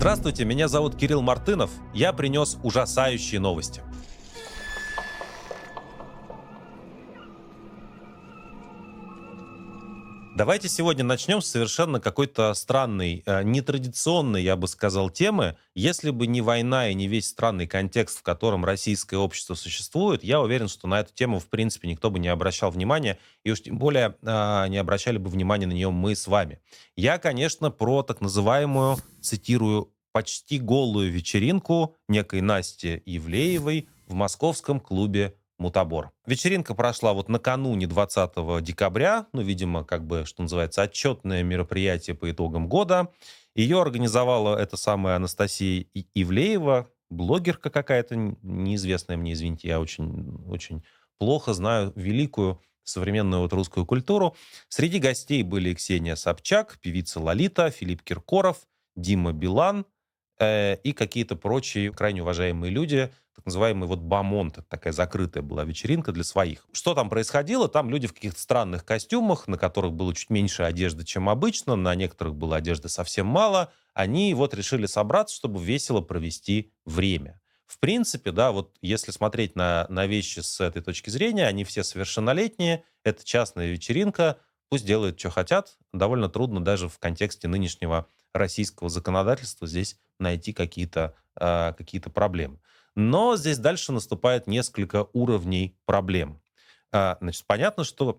Здравствуйте, меня зовут Кирилл Мартынов. Я принес ужасающие новости. Давайте сегодня начнем с совершенно какой-то странной, нетрадиционной, я бы сказал, темы. Если бы не война и не весь странный контекст, в котором российское общество существует, я уверен, что на эту тему, в принципе, никто бы не обращал внимания, и уж тем более не обращали бы внимания на нее мы с вами. Я, конечно, про так называемую, цитирую, почти голую вечеринку некой Насти Ивлеевой в московском клубе «Мутабор». Вечеринка прошла вот накануне 20 декабря, ну, видимо, как бы, что называется, отчетное мероприятие по итогам года. Ее организовала эта самая Анастасия Ивлеева, блогерка какая-то, неизвестная мне, извините, я очень плохо знаю великую современную вот русскую культуру. Среди гостей были Ксения Собчак, певица Лолита, Филипп Киркоров, Дима Билан, и какие-то прочие крайне уважаемые люди, так называемый вот бомонд. Это такая закрытая была вечеринка для своих. Что там происходило? Там люди в каких-то странных костюмах, на которых было чуть меньше одежды, чем обычно, на некоторых было одежды совсем мало. Они вот решили собраться, чтобы весело провести время. В принципе, да, вот если смотреть на вещи с этой точки зрения, они все совершеннолетние, это частная вечеринка, пусть делают, что хотят. Довольно трудно даже в контексте нынешнего российского законодательства здесь найти какие-то проблемы. Но здесь дальше наступает несколько уровней проблем. Значит, понятно,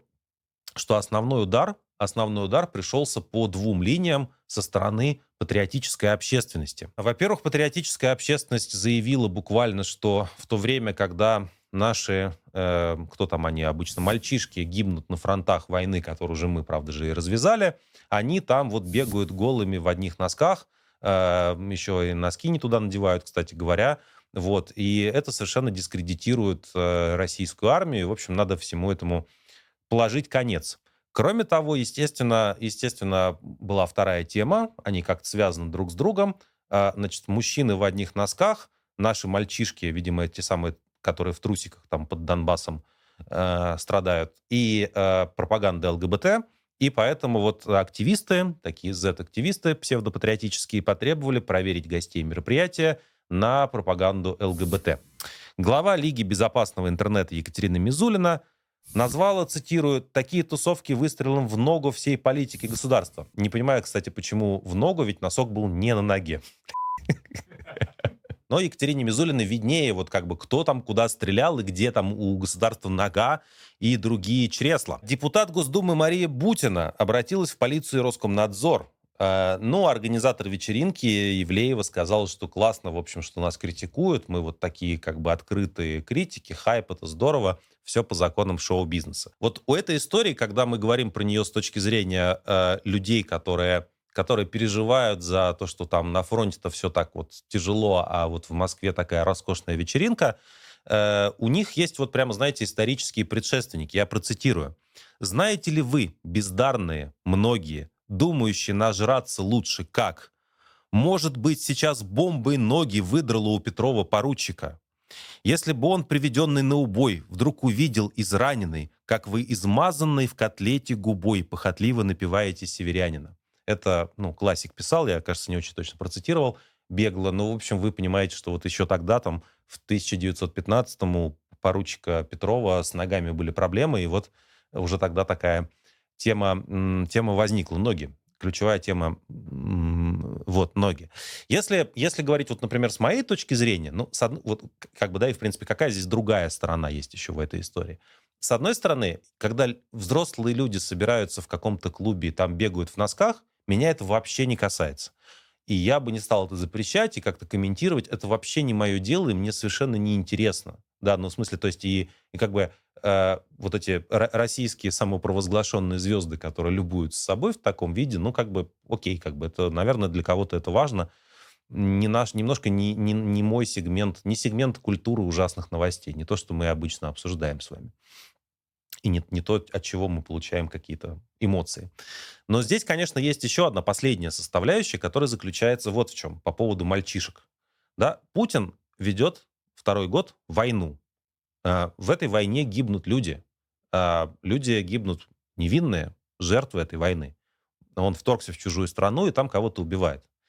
что основной удар пришелся по двум линиям со стороны патриотической общественности. Во-первых, патриотическая общественность заявила буквально, что в то время, когда наши, кто там они обычно, мальчишки гибнут на фронтах войны, которую уже мы, правда же, и развязали, они там вот бегают голыми в одних носках, еще и носки не туда надевают, кстати говоря, вот, и это совершенно дискредитирует российскую армию, и, в общем, надо всему этому положить конец. Кроме того, естественно, была вторая тема, они как-то связаны друг с другом. Значит, мужчины в одних носках, наши мальчишки, видимо, те самые, которые в трусиках там под Донбассом страдают, и пропаганда ЛГБТ. И поэтому вот активисты, такие Z-активисты псевдопатриотические, потребовали проверить гостей мероприятия на пропаганду ЛГБТ. Глава Лиги безопасного интернета Екатерина Мизулина назвала, цитирую, «такие тусовки выстрелом в ногу всей политики государства». Не понимаю, кстати, почему в ногу, ведь носок был не на ноге. Но Екатерине Мизулиной виднее, вот как бы кто там куда стрелял и где там у государства нога и другие чресла. Депутат Госдумы Мария Бутина обратилась в полицию и Роскомнадзор. Ну, организатор вечеринки Ивлеева сказал, что классно, в общем, что нас критикуют. Мы вот такие как бы открытые критики, хайп, это здорово. Все по законам шоу-бизнеса. Вот у этой истории, когда мы говорим про нее с точки зрения людей, которые переживают за то, что там на фронте-то все так вот тяжело, а вот в Москве такая роскошная вечеринка, у них есть вот прямо, знаете, исторические предшественники. Я процитирую. «Знаете ли вы, бездарные, многие, думающие нажраться лучше, как? Может быть, сейчас бомбой ноги выдрало у Петрова поручика? Если бы он, приведенный на убой, вдруг увидел израненный, как вы измазанной в котлете губой похотливо напеваете северянина». Это, ну, классик писал, я, кажется, не очень точно процитировал бегло, но, в общем, вы понимаете, что вот еще тогда, там, в 1915-м у поручика Петрова с ногами были проблемы, и вот уже тогда такая тема возникла. Ноги. Ключевая тема, вот, ноги. Если говорить, вот, например, с моей точки зрения, ну, вот, как бы, да, и, в принципе, какая здесь другая сторона есть еще в этой истории? С одной стороны, когда взрослые люди собираются в каком-то клубе и там бегают в носках, меня это вообще не касается. И я бы не стал это запрещать и как-то комментировать. Это вообще не мое дело, и мне совершенно неинтересно. Да, ну, в смысле, то есть и как бы вот эти российские самопровозглашенные звезды, которые любуются собой в таком виде, ну, как бы, окей, как бы это, наверное, для кого-то это важно. Немножко не мой сегмент, не сегмент культуры ужасных новостей, не то, что мы обычно обсуждаем с вами. И не то, от чего мы получаем какие-то эмоции. Но здесь, конечно, есть еще одна последняя составляющая, которая заключается вот в чем, по поводу мальчишек. Да, Путин ведет второй год войну. В этой войне гибнут люди. Люди гибнут невинные, жертвы этой войны. Он вторгся в чужую страну и там кого-то убивает.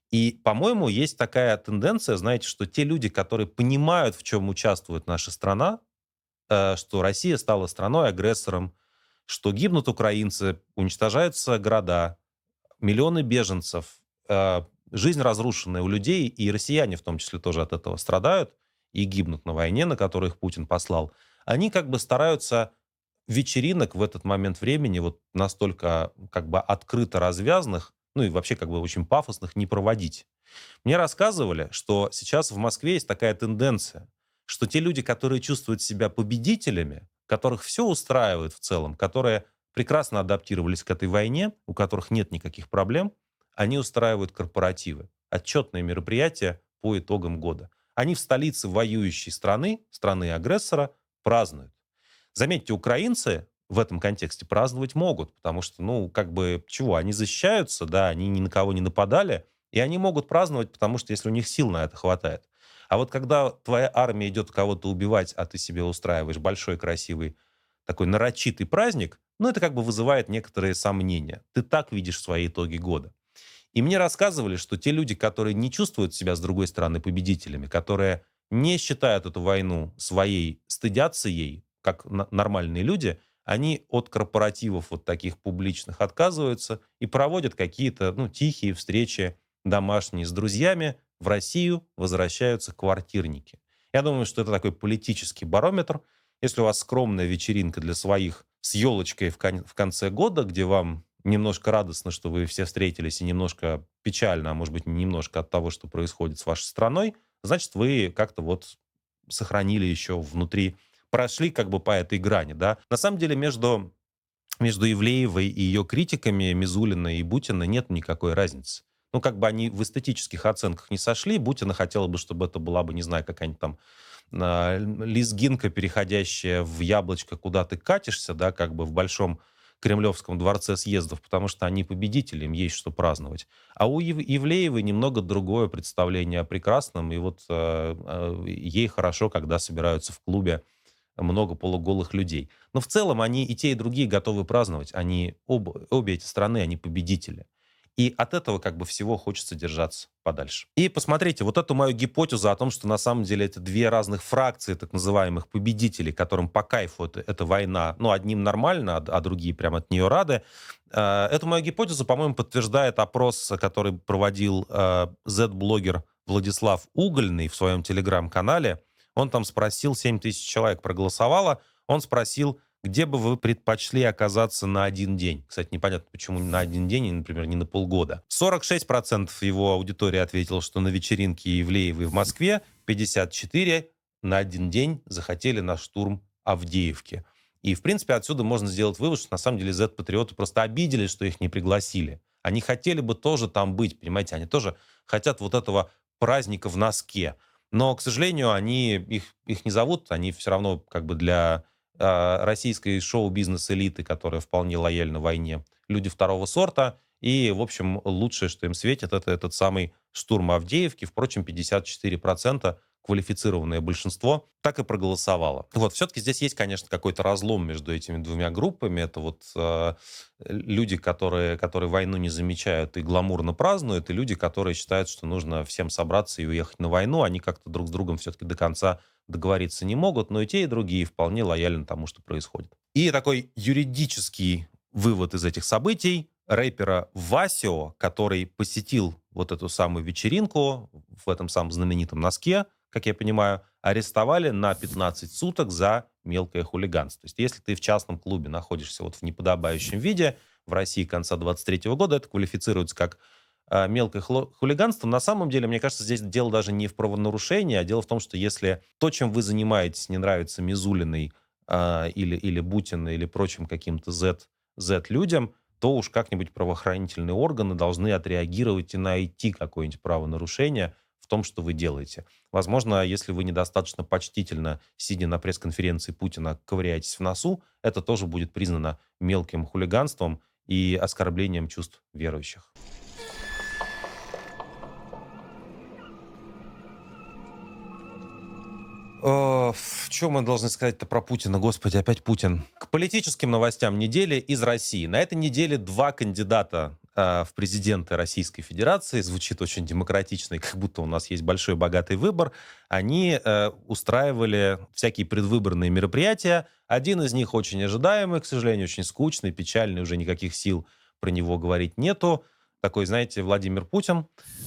И, по-моему, есть такая тенденция, знаете, что те люди, которые понимают, в чем участвует наша страна, что Россия стала страной-агрессором, что гибнут украинцы, уничтожаются города, миллионы беженцев, жизнь разрушенная у людей, и россияне в том числе тоже от этого страдают и гибнут на войне, на которую их Путин послал, они как бы стараются вечеринок в этот момент времени вот настолько как бы открыто развязанных, ну и вообще как бы очень пафосных не проводить. Мне рассказывали, что сейчас в Москве есть такая тенденция, что те люди, которые чувствуют себя победителями, которых все устраивает в целом, которые прекрасно адаптировались к этой войне, у которых нет никаких проблем, они устраивают корпоративы, отчетные мероприятия по итогам года. Они в столице воюющей страны, страны-агрессора, празднуют. Заметьте, украинцы в этом контексте праздновать могут, потому что, ну, как бы, чего, они защищаются, да, они ни на кого не нападали, и они могут праздновать, потому что если у них сил на это хватает. А вот когда твоя армия идет кого-то убивать, а ты себе устраиваешь большой, красивый, такой нарочитый праздник, ну, это как бы вызывает некоторые сомнения. Ты так видишь свои итоги года. И мне рассказывали, что те люди, которые не чувствуют себя, с другой стороны, победителями, которые не считают эту войну своей, стыдятся ей, как нормальные люди, они от корпоративов вот таких публичных отказываются и проводят какие-то, ну, тихие встречи домашние с друзьями. В Россию возвращаются квартирники. Я думаю, что это такой политический барометр. Если у вас скромная вечеринка для своих с елочкой в конце года, где вам немножко радостно, что вы все встретились, и немножко печально, а может быть, немножко от того, что происходит с вашей страной, значит, вы как-то вот сохранили еще внутри, прошли как бы по этой грани, да. На самом деле между Ивлеевой и ее критиками, Мизулиной и Бутиной, нет никакой разницы. Ну, как бы они в эстетических оценках не сошли. Бутина хотела бы, чтобы это была бы, не знаю, какая-нибудь там лезгинка, переходящая в яблочко, куда ты катишься, да, как бы в большом Кремлевском дворце съездов, потому что они победители, им есть что праздновать. А у Ивлеевой немного другое представление о прекрасном, и вот ей хорошо, когда собираются в клубе много полуголых людей. Но в целом они и те, и другие готовы праздновать. Они обе эти страны, они победители. И от этого как бы всего хочется держаться подальше. И посмотрите, вот эту мою гипотезу о том, что на самом деле это две разных фракции так называемых победителей, которым по кайфу эта война, ну, одним нормально, а другие прям от нее рады. Эту мою гипотезу, по-моему, подтверждает опрос, который проводил Z-блогер Владислав Угольный в своем телеграм-канале. Он там спросил, 7 тысяч человек проголосовало, он спросил, где бы вы предпочли оказаться на один день? Кстати, непонятно, почему на один день, и, например, не на полгода. 46% его аудитории ответило, что на вечеринке Ивлеевой в Москве, 54% на один день захотели на штурм Авдеевки. И, в принципе, отсюда можно сделать вывод, что на самом деле Z-патриоты просто обиделись, что их не пригласили. Они хотели бы тоже там быть, понимаете? Они тоже хотят вот этого праздника в носке. Но, к сожалению, их не зовут, они все равно как бы для российской шоу-бизнес-элиты, которая вполне лояльна войне, люди второго сорта. И, в общем, лучшее, что им светит, это этот самый штурм Авдеевки. Впрочем, 54% квалифицированное большинство так и проголосовало. Вот, все-таки здесь есть, конечно, какой-то разлом между этими двумя группами. Это вот люди, которые войну не замечают и гламурно празднуют, и люди, которые считают, что нужно всем собраться и уехать на войну. Они как-то друг с другом все-таки до конца договориться не могут, но и те, и другие вполне лояльны тому, что происходит. И такой юридический вывод из этих событий. Рэпера Васио, который посетил вот эту самую вечеринку в этом самом знаменитом носке, как я понимаю, арестовали на 15 суток за мелкое хулиганство. То есть если ты в частном клубе находишься вот в неподобающем виде, в России конца 23 года это квалифицируется как мелкое хулиганство. На самом деле, мне кажется, здесь дело даже не в правонарушении, а дело в том, что если то, чем вы занимаетесь, не нравится Мизулиной или Бутиной или прочим каким-то Z-людям, то уж как-нибудь правоохранительные органы должны отреагировать и найти какое-нибудь правонарушение в том, что вы делаете. Возможно, если вы недостаточно почтительно, сидя на пресс-конференции Путина, ковыряетесь в носу, это тоже будет признано мелким хулиганством и оскорблением чувств верующих. Что мы должны сказать-то про Путина? Господи, опять Путин. К политическим новостям недели из России. На этой неделе два кандидата в президенты Российской Федерации, звучит очень демократично, и как будто у нас есть большой богатый выбор, они устраивали всякие предвыборные мероприятия. Один из них очень ожидаемый, к сожалению, очень скучный, печальный, уже никаких сил про него говорить нету. Такой, знаете, Владимир Путин.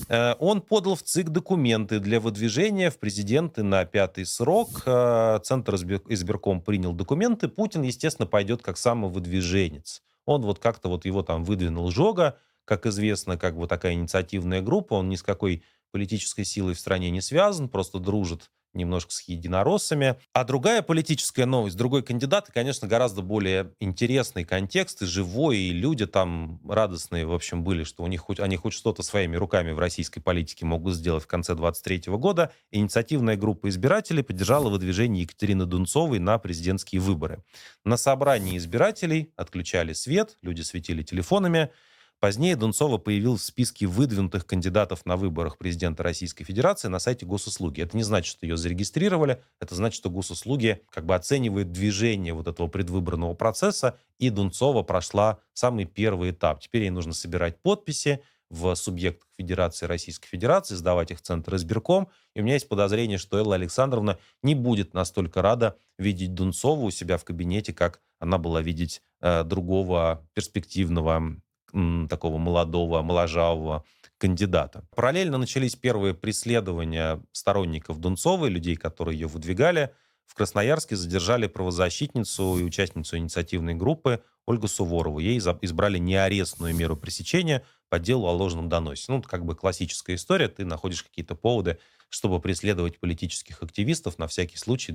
Он подал в ЦИК документы для выдвижения в президенты на 5-й срок. Центр избирком принял документы. Путин, естественно, пойдет как самовыдвиженец. Он вот как-то вот его там выдвинул Жога, как известно, как бы такая инициативная группа. Он ни с какой политической силой в стране не связан, просто дружит немножко с единороссами. А другая политическая новость, другой кандидат, и, конечно, гораздо более интересный контекст, и живой, и люди там радостные, в общем, были, что они хоть что-то своими руками в российской политике могут сделать в конце 2023 года. Инициативная группа избирателей поддержала выдвижение Екатерины Дунцовой на президентские выборы. На собрании избирателей отключали свет, люди светили телефонами. Позднее Дунцова появилась в списке выдвинутых кандидатов на выборах президента Российской Федерации на сайте Госуслуги. Это не значит, что ее зарегистрировали, это значит, что Госуслуги как бы оценивают движение вот этого предвыборного процесса, и Дунцова прошла самый первый этап. Теперь ей нужно собирать подписи в субъектах Федерации Российской Федерации, сдавать их в Центр избирком. И у меня есть подозрение, что Элла Александровна не будет настолько рада видеть Дунцову у себя в кабинете, как она была видеть другого перспективного такого молодого, моложавого кандидата. Параллельно начались первые преследования сторонников Дунцовой, людей, которые ее выдвигали. В Красноярске задержали правозащитницу и участницу инициативной группы Ольгу Суворову. Ей избрали неарестную меру пресечения по делу о ложном доносе. Ну, это как бы классическая история. Ты находишь какие-то поводы, чтобы преследовать политических активистов на всякий случай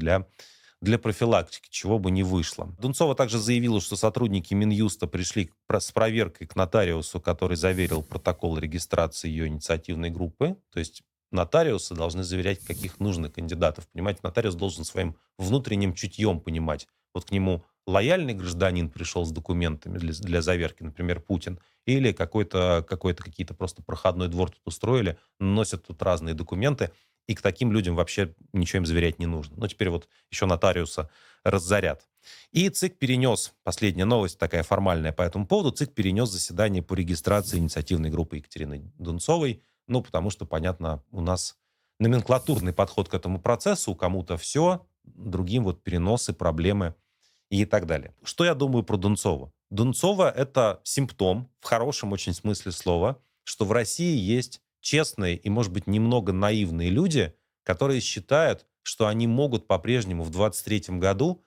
для профилактики, чего бы не вышло. Дунцова также заявила, что сотрудники Минюста пришли с проверкой к нотариусу, который заверил протокол регистрации ее инициативной группы. То есть нотариусы должны заверять, каких нужно кандидатов. Понимаете, нотариус должен своим внутренним чутьем понимать. Вот к нему лояльный гражданин пришел с документами для заверки, например, Путин, или какие-то просто проходной двор тут устроили, носят тут разные документы, и к таким людям вообще ничего им заверять не нужно. Но теперь вот еще нотариуса разорят. И ЦИК перенес, последняя новость такая формальная по этому поводу, ЦИК перенес заседание по регистрации инициативной группы Екатерины Дунцовой, ну, потому что, понятно, у нас номенклатурный подход к этому процессу, кому-то все, другим вот переносы, проблемы и так далее. Что я думаю про Дунцову? Дунцова — это симптом, в хорошем очень смысле слова, что в России есть честные и, может быть, немного наивные люди, которые считают, что они могут по-прежнему в 23 году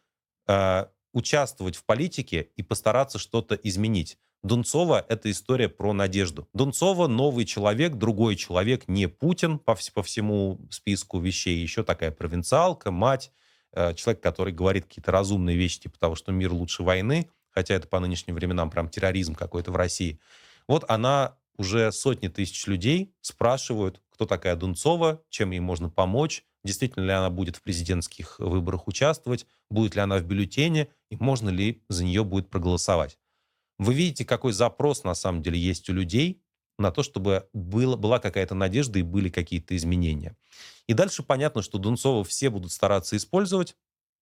участвовать в политике и постараться что-то изменить. Дунцова — это история про надежду. Дунцова — новый человек, другой человек, не Путин по всему списку вещей. Еще такая провинциалка, мать, человек, который говорит какие-то разумные вещи, типа того, что мир лучше войны, хотя это по нынешним временам прям терроризм какой-то в России. Вот она уже сотни тысяч людей спрашивают, кто такая Дунцова, чем ей можно помочь, действительно ли она будет в президентских выборах участвовать, будет ли она в бюллетене, и можно ли за нее будет проголосовать. Вы видите, какой запрос на самом деле есть у людей на то, чтобы была какая-то надежда и были какие-то изменения. И дальше понятно, что Дунцову все будут стараться использовать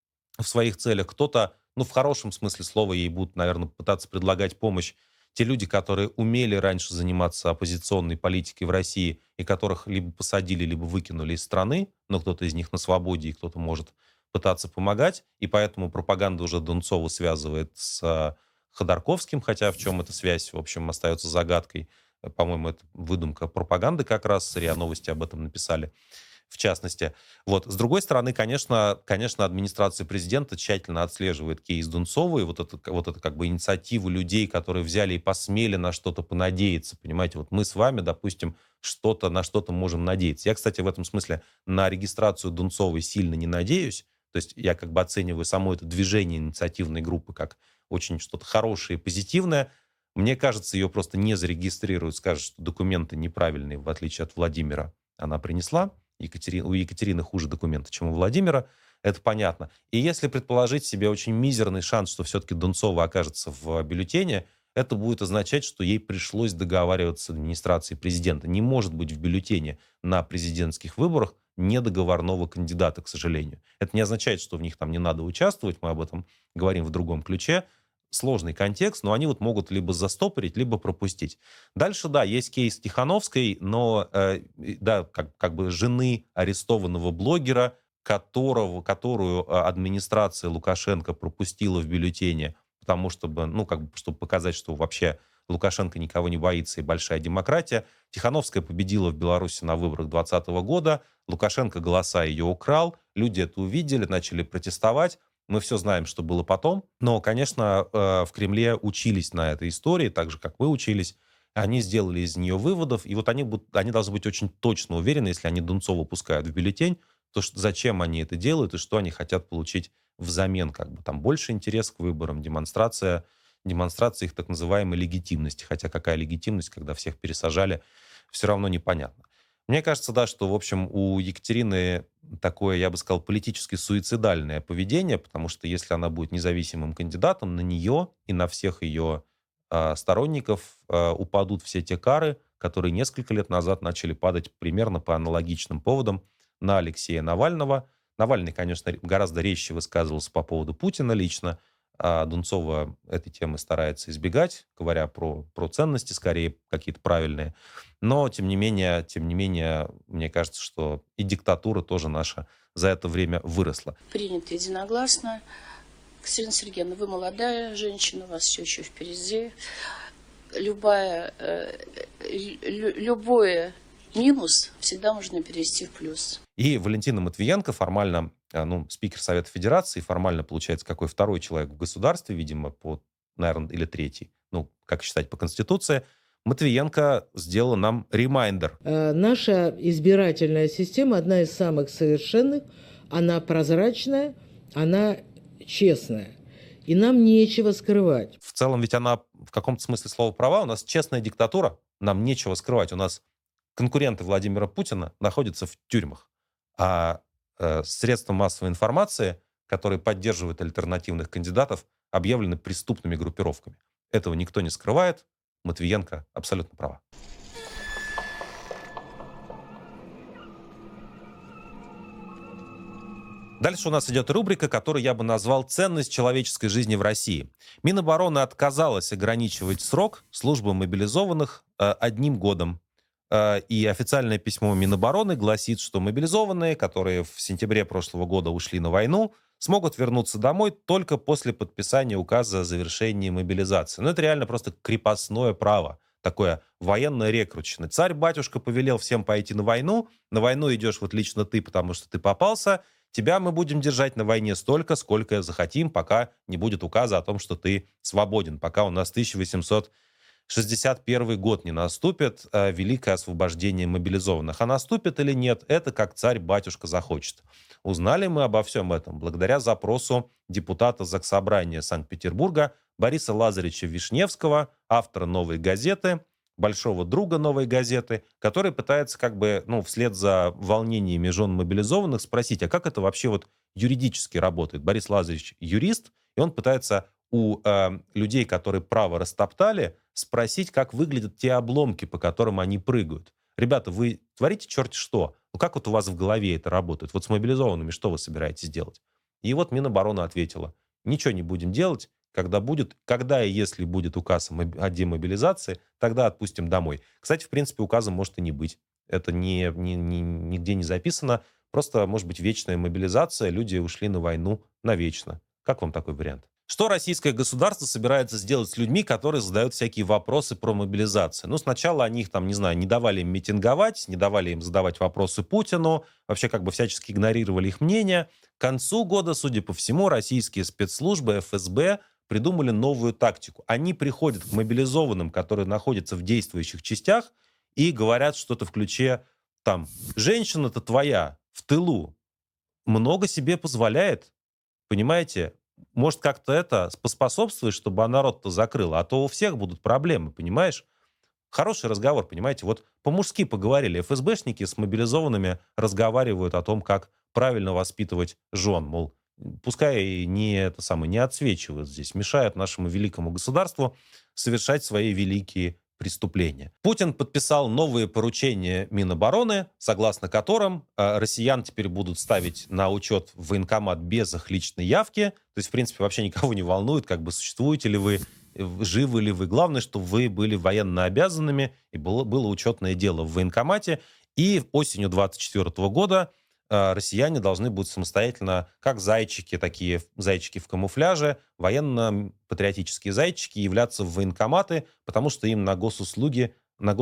в своих целях. Кто-то, ну, в хорошем смысле слова, ей будут, наверное, пытаться предлагать помощь те люди, которые умели раньше заниматься оппозиционной политикой в России и которых либо посадили, либо выкинули из страны, но кто-то из них на свободе, и кто-то может пытаться помогать, и поэтому пропаганда уже Дунцову связывает с Ходорковским, хотя в чем эта связь, в общем, остается загадкой. По-моему, это выдумка пропаганды как раз, РИА Новости об этом написали в частности. Вот. С другой стороны, конечно, администрация президента тщательно отслеживает кейс Дунцовой, вот это как бы инициативу людей, которые взяли и посмели на что-то понадеяться, понимаете, вот мы с вами, допустим, на что-то можем надеяться. Я, кстати, в этом смысле на регистрацию Дунцовой сильно не надеюсь, то есть я как бы оцениваю само это движение инициативной группы как очень что-то хорошее и позитивное. Мне кажется, ее просто не зарегистрируют, скажут, что документы неправильные, в отличие от Владимира она принесла. У Екатерины хуже документы, чем у Владимира, это понятно. И если предположить себе очень мизерный шанс, что все-таки Дунцова окажется в бюллетене, это будет означать, что ей пришлось договариваться с администрацией президента. Не может быть в бюллетене на президентских выборах недоговорного кандидата, к сожалению. Это не означает, что в них там не надо участвовать, мы об этом говорим в другом ключе. сложный контекст, но они вот могут либо застопорить, либо пропустить. Дальше, да, есть кейс Тихановской, но, да, как бы жены арестованного блогера, которую администрация Лукашенко пропустила в бюллетене, потому чтобы, ну, как бы, чтобы показать, что вообще Лукашенко никого не боится и большая демократия. Тихановская победила в Беларуси на выборах 2020 года, Лукашенко голоса ее украл, люди это увидели, начали протестовать. Мы все знаем, что было потом. Но, конечно, в Кремле учились на этой истории, так же, как вы учились. Они сделали из нее выводов, и вот они должны быть очень точно уверены, если они Дунцову пускают в бюллетень, то что, зачем они это делают и что они хотят получить взамен. Как бы там больше интерес к выборам, демонстрация их так называемой легитимности. Хотя какая легитимность, когда всех пересажали, все равно непонятно. Мне кажется, да, что, в общем, у Екатерины такое, я бы сказал, политически суицидальное поведение, потому что если она будет независимым кандидатом, на нее и на всех ее сторонников упадут все те кары, которые несколько лет назад начали падать примерно по аналогичным поводам на Алексея Навального. Навальный, конечно, гораздо резче высказывался по поводу Путина лично, а Дунцова этой темы старается избегать, говоря про ценности, скорее, какие-то правильные. Но, тем не менее, мне кажется, что и диктатура тоже наша за это время выросла. Принято единогласно. Катерина Сергеевна, вы молодая женщина, у вас все еще впереди. Любое минус всегда можно перевести в плюс. И Валентина Матвиенко формально, ну, спикер Совета Федерации, формально, получается, какой второй человек в государстве, видимо, наверное, или третий, ну, как считать по Конституции, Матвиенко сделала нам ремайндер. Наша избирательная система одна из самых совершенных, она прозрачная, она честная. И нам нечего скрывать. В целом ведь она в каком-то смысле слова права. У нас честная диктатура, нам нечего скрывать. У нас конкуренты Владимира Путина находятся в тюрьмах. А средства массовой информации, которые поддерживают альтернативных кандидатов, объявлены преступными группировками. Этого никто не скрывает. Матвиенко абсолютно права. Дальше у нас идет рубрика, которую я бы назвал «Ценность человеческой жизни в России». Минобороны отказалась ограничивать срок службы мобилизованных 1 годом. И официальное письмо Минобороны гласит, что мобилизованные, которые в сентябре прошлого года ушли на войну, смогут вернуться домой только после подписания указа о завершении мобилизации. Ну, это реально просто крепостное право, такое военно-рекрутчное. Царь-батюшка повелел всем пойти на войну идешь вот лично ты, потому что ты попался, тебя мы будем держать на войне столько, сколько захотим, пока не будет указа о том, что ты свободен, пока у нас 1861 год не наступит, великое освобождение мобилизованных. А наступит или нет, это как царь-батюшка захочет. Узнали мы обо всем этом благодаря запросу депутата Заксобрания Санкт-Петербурга Бориса Лазаревича Вишневского, автора «Новой газеты», большого друга «Новой газеты», который пытается как бы, ну, вслед за волнениями жен мобилизованных спросить, а как это вообще вот юридически работает? Борис Лазаревич юрист, и он пытается у людей, которые право растоптали, спросить, как выглядят те обломки, по которым они прыгают. Ребята, вы творите черти что? Ну как вот у вас в голове это работает? Вот с мобилизованными что вы собираетесь делать? И вот Минобороны ответила, ничего не будем делать, когда и если будет указ о демобилизации, тогда отпустим домой. Кстати, в принципе, указа может и не быть. Это нигде не записано. Просто, может быть, вечная мобилизация, люди ушли на войну навечно. Как вам такой вариант? Что российское государство собирается сделать с людьми, которые задают всякие вопросы про мобилизацию? Ну, сначала они их там, не знаю, не давали им митинговать, не давали им задавать вопросы Путину, вообще как бы всячески игнорировали их мнение. К концу года, судя по всему, российские спецслужбы ФСБ придумали новую тактику. Они приходят к мобилизованным, которые находятся в действующих частях, и говорят что-то в ключе, там, женщина-то твоя в тылу много себе позволяет, понимаете? Может, как-то это поспособствует, чтобы она рот-то закрыла, а то у всех будут проблемы, понимаешь? Хороший разговор, понимаете? Вот по-мужски поговорили. ФСБшники с мобилизованными разговаривают о том, как правильно воспитывать жен. Мол, пускай и не отсвечивают здесь, мешают нашему великому государству совершать свои великие преступления. Путин подписал новые поручения Минобороны, согласно которым россиян теперь будут ставить на учет в военкомат без их личной явки. То есть, в принципе, вообще никого не волнует, как бы существуете ли вы, живы ли вы. Главное, чтобы вы были военно обязанными, и было учетное дело в военкомате. И осенью 2024 года россияне должны будут самостоятельно, как зайчики, такие зайчики в камуфляже, военно-патриотические зайчики, являться в военкоматы, потому что им на госуслуги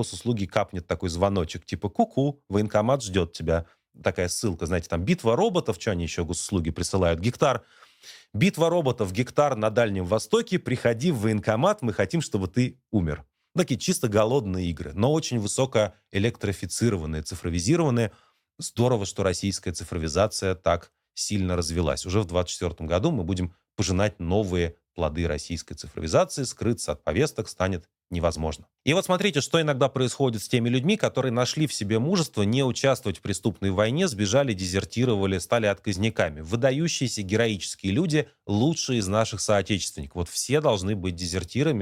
капнет такой звоночек, типа «Ку-ку, военкомат ждет тебя». Такая ссылка, знаете, там «Битва роботов», что они еще госуслуги присылают, «Гектар». «Битва роботов, гектар на Дальнем Востоке, приходи в военкомат, мы хотим, чтобы ты умер». Такие чисто голодные игры, но очень высоко электрифицированные, цифровизированные. Здорово, что российская цифровизация так сильно развилась. Уже в 2024 году мы будем пожинать новые плоды российской цифровизации. Скрыться от повесток станет невозможно. И вот смотрите, что иногда происходит с теми людьми, которые нашли в себе мужество не участвовать в преступной войне, сбежали, дезертировали, стали отказниками. Выдающиеся героические люди, лучшие из наших соотечественников. Вот все должны быть дезертирами.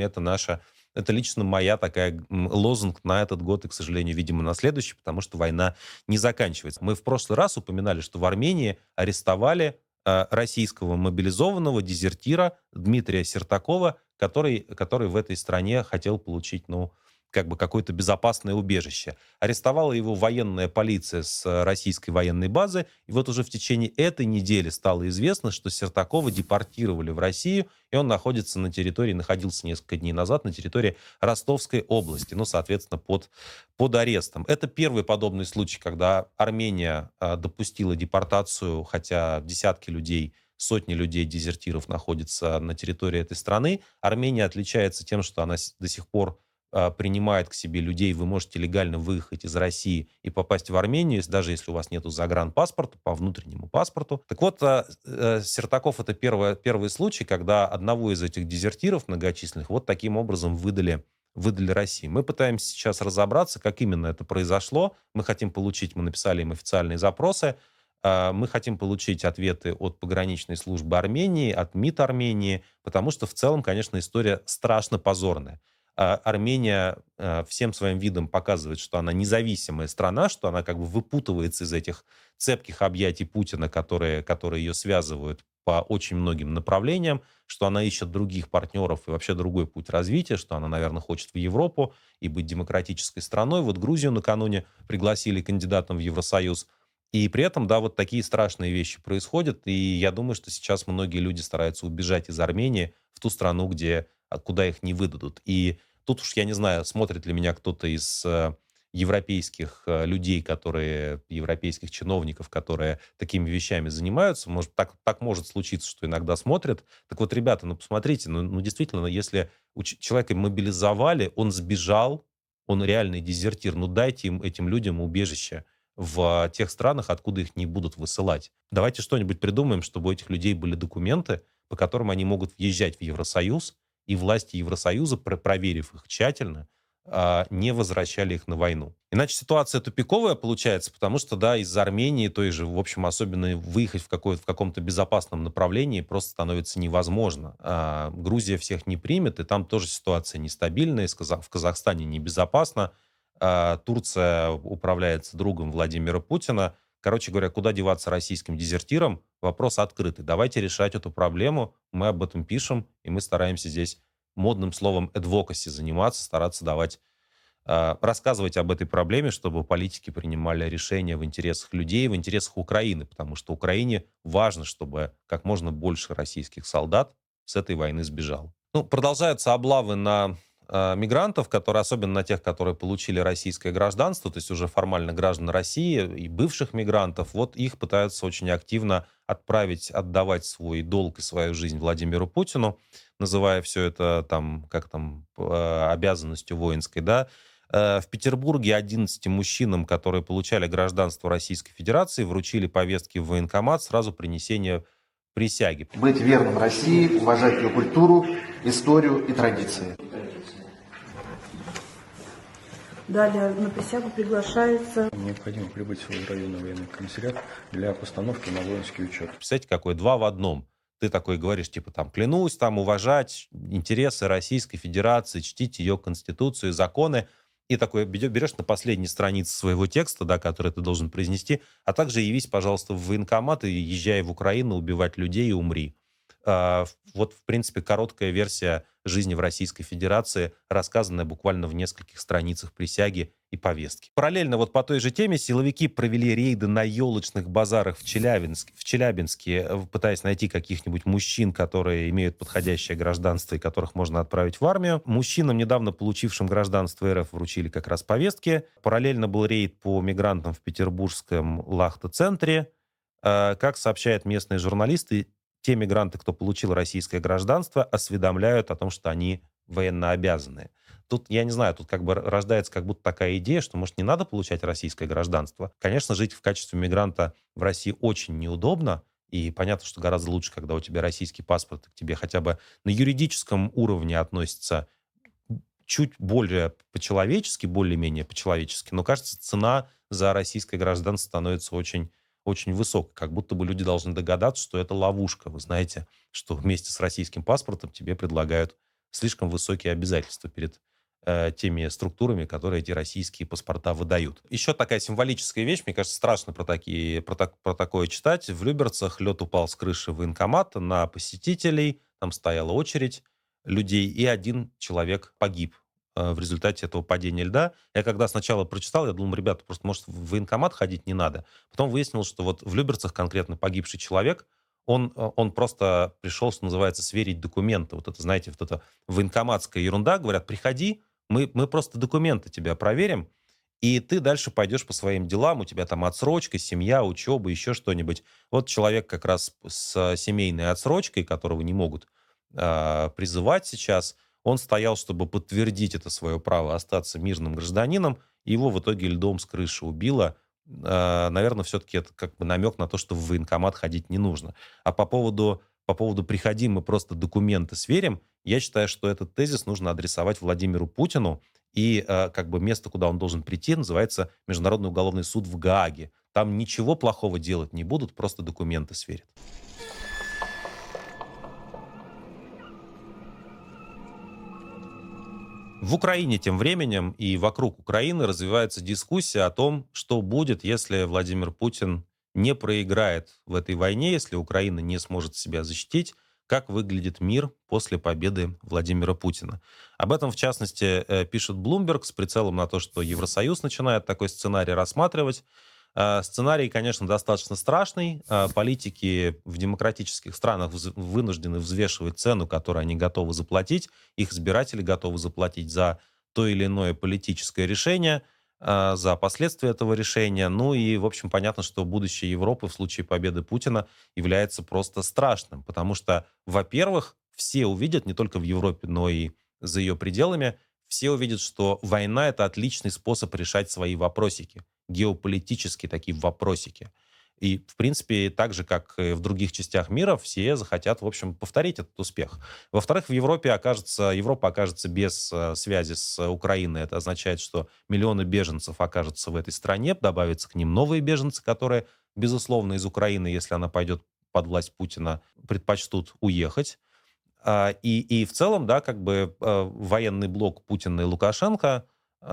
Это лично моя такая лозунг на этот год и, к сожалению, видимо, на следующий, потому что война не заканчивается. Мы в прошлый раз упоминали, что в Армении арестовали российского мобилизованного дезертира Дмитрия Сертакова, который в этой стране хотел получить, какое-то безопасное убежище. Арестовала его военная полиция с российской военной базы, и вот уже в течение этой недели стало известно, что Сертакова депортировали в Россию, и он находился несколько дней назад на территории Ростовской области, соответственно, под арестом. Это первый подобный случай, когда Армения допустила депортацию, хотя десятки людей, сотни людей, дезертиров находятся на территории этой страны. Армения отличается тем, что она до сих пор принимает к себе людей, вы можете легально выехать из России и попасть в Армению, даже если у вас нету загранпаспорта, по внутреннему паспорту. Так вот, Сертаков — это первый случай, когда одного из этих дезертиров многочисленных вот таким образом выдали России. Мы пытаемся сейчас разобраться, как именно это произошло. Мы написали им официальные запросы, мы хотим получить ответы от пограничной службы Армении, от МИД Армении, потому что в целом, конечно, история страшно позорная. Армения всем своим видом показывает, что она независимая страна, что она как бы выпутывается из этих цепких объятий Путина, которые ее связывают по очень многим направлениям, что она ищет других партнеров и вообще другой путь развития, что она, наверное, хочет в Европу и быть демократической страной. Вот Грузию накануне пригласили кандидатом в Евросоюз. И при этом, да, вот такие страшные вещи происходят. И я думаю, что сейчас многие люди стараются убежать из Армении в ту страну, куда их не выдадут. И тут уж я не знаю, смотрит ли меня кто-то из европейских людей, европейских чиновников, которые такими вещами занимаются. Может, так может случиться, что иногда смотрят. Так вот, ребята, посмотрите, действительно, если человека мобилизовали, он сбежал, он реальный дезертир, дайте этим людям убежище в тех странах, откуда их не будут высылать. Давайте что-нибудь придумаем, чтобы у этих людей были документы, по которым они могут въезжать в Евросоюз, и власти Евросоюза, проверив их тщательно, не возвращали их на войну. Иначе ситуация тупиковая получается, потому что, да, из Армении той же, в общем, особенно выехать в каком-то безопасном направлении просто становится невозможно. Грузия всех не примет, и там тоже ситуация нестабильная, в Казахстане небезопасно. Турция управляется другом Владимира Путина. Короче говоря, куда деваться российским дезертирам? Вопрос открытый. Давайте решать эту проблему. Мы об этом пишем, и мы стараемся здесь модным словом advocacy заниматься, стараться рассказывать об этой проблеме, чтобы политики принимали решения в интересах людей, в интересах Украины, потому что Украине важно, чтобы как можно больше российских солдат с этой войны сбежало. Продолжаются облавы на мигрантов, особенно на тех, которые получили российское гражданство, то есть уже формально граждан России и бывших мигрантов, вот их пытаются очень активно отдавать свой долг и свою жизнь Владимиру Путину, называя все это обязанностью воинской, да. В Петербурге 11 мужчинам, которые получали гражданство Российской Федерации, вручили повестки в военкомат сразу принесения присяги. Быть верным России, уважать ее культуру, историю и традиции. Далее на присягу приглашается. Необходимо прибыть в свой районный военный комиссариат для постановки на воинский учет. Представляете, какое 2 в 1. ты такой говоришь, типа, там, клянусь там уважать интересы Российской Федерации, чтить ее Конституцию, законы, и такой берешь на последней странице своего текста, да, который ты должен произнести, а также явись, пожалуйста, в военкомат и езжай в Украину убивать людей и умри. Вот, в принципе, короткая версия жизни в Российской Федерации, рассказанная буквально в нескольких страницах присяги и повестки. Параллельно вот по той же теме силовики провели рейды на елочных базарах в Челябинске, пытаясь найти каких-нибудь мужчин, которые имеют подходящее гражданство и которых можно отправить в армию. Мужчинам, недавно получившим гражданство РФ, вручили как раз повестки. Параллельно был рейд по мигрантам в петербургском Лахта-центре. Как сообщают местные журналисты, те мигранты, кто получил российское гражданство, осведомляют о том, что они военнообязанные. Тут, я не знаю, тут как бы рождается как будто такая идея, что, может, не надо получать российское гражданство. Конечно, жить в качестве мигранта в России очень неудобно, и понятно, что гораздо лучше, когда у тебя российский паспорт, и к тебе хотя бы на юридическом уровне относится чуть более по-человечески, более-менее по-человечески, но, кажется, цена за российское гражданство становится очень высокой. Как будто бы люди должны догадаться, что это ловушка. Вы знаете, что вместе с российским паспортом тебе предлагают слишком высокие обязательства перед теми структурами, которые эти российские паспорта выдают. Еще такая символическая вещь, мне кажется, страшно про такое читать. В Люберцах лед упал с крыши военкомата на посетителей, там стояла очередь людей, и один человек погиб в результате этого падения льда. Я когда сначала прочитал, я думал, ребята, просто, может, в военкомат ходить не надо. Потом выяснилось, что вот в Люберцах конкретно погибший человек, он просто пришел, что называется, сверить документы. Вот это, знаете, вот это военкоматская ерунда. Говорят, приходи, мы просто документы тебя проверим, и ты дальше пойдешь по своим делам, у тебя там отсрочка, семья, учеба, еще что-нибудь. Вот человек как раз с семейной отсрочкой, которого не могут призывать сейчас, он стоял, чтобы подтвердить это свое право остаться мирным гражданином, и его в итоге льдом с крыши убило. Наверное, все-таки это как бы намек на то, что в военкомат ходить не нужно. А по поводу «приходи, мы просто документы сверим», я считаю, что этот тезис нужно адресовать Владимиру Путину, и как бы место, куда он должен прийти, называется Международный уголовный суд в Гааге. Там ничего плохого делать не будут, просто документы сверят. В Украине тем временем и вокруг Украины развивается дискуссия о том, что будет, если Владимир Путин не проиграет в этой войне, если Украина не сможет себя защитить, как выглядит мир после победы Владимира Путина. Об этом, в частности, пишет Bloomberg с прицелом на то, что Евросоюз начинает такой сценарий рассматривать. Сценарий, конечно, достаточно страшный. Политики в демократических странах вынуждены взвешивать цену, которую они готовы заплатить. Их избиратели готовы заплатить за то или иное политическое решение, за последствия этого решения. Ну и, в общем, понятно, что будущее Европы в случае победы Путина является просто страшным. Потому что, во-первых, все увидят, не только в Европе, но и за ее пределами, все увидят, что война — это отличный способ решать свои вопросики, геополитические такие вопросики. И, в принципе, так же, как и в других частях мира, все захотят, в общем, повторить этот успех. Во-вторых, Европа окажется без связи с Украиной. Это означает, что миллионы беженцев окажутся в этой стране, добавятся к ним новые беженцы, которые, безусловно, из Украины, если она пойдет под власть Путина, предпочтут уехать. И в целом, да, как бы военный блок Путина и Лукашенко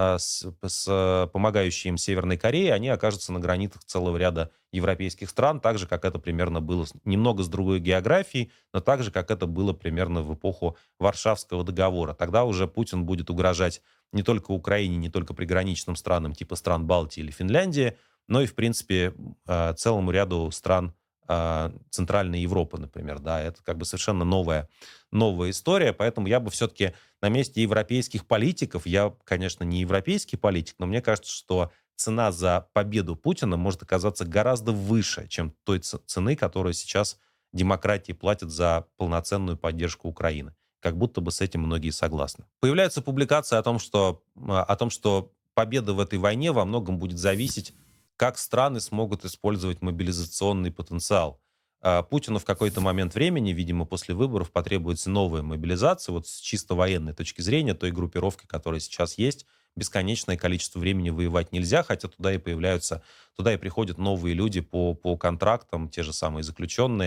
с помогающей им Северной Кореей, они окажутся на границах целого ряда европейских стран, так же, как это примерно было немного с другой географией, но так же, как это было примерно в эпоху Варшавского договора. Тогда уже Путин будет угрожать не только Украине, не только приграничным странам типа стран Балтии или Финляндии, но и, в принципе, целому ряду стран Центральной Европы, например. Да, это как бы совершенно новая история, поэтому я бы все-таки на месте европейских политиков, я, конечно, не европейский политик, но мне кажется, что цена за победу Путина может оказаться гораздо выше, чем той цены, которую сейчас демократии платят за полноценную поддержку Украины. Как будто бы с этим многие согласны. Появляется публикация о том, что победа в этой войне во многом будет зависеть, как страны смогут использовать мобилизационный потенциал. Путину в какой-то момент времени, видимо, после выборов потребуется новая мобилизация. Вот с чисто военной точки зрения, той группировки, которая сейчас есть, бесконечное количество времени воевать нельзя, хотя туда и приходят новые люди по контрактам, те же самые заключенные,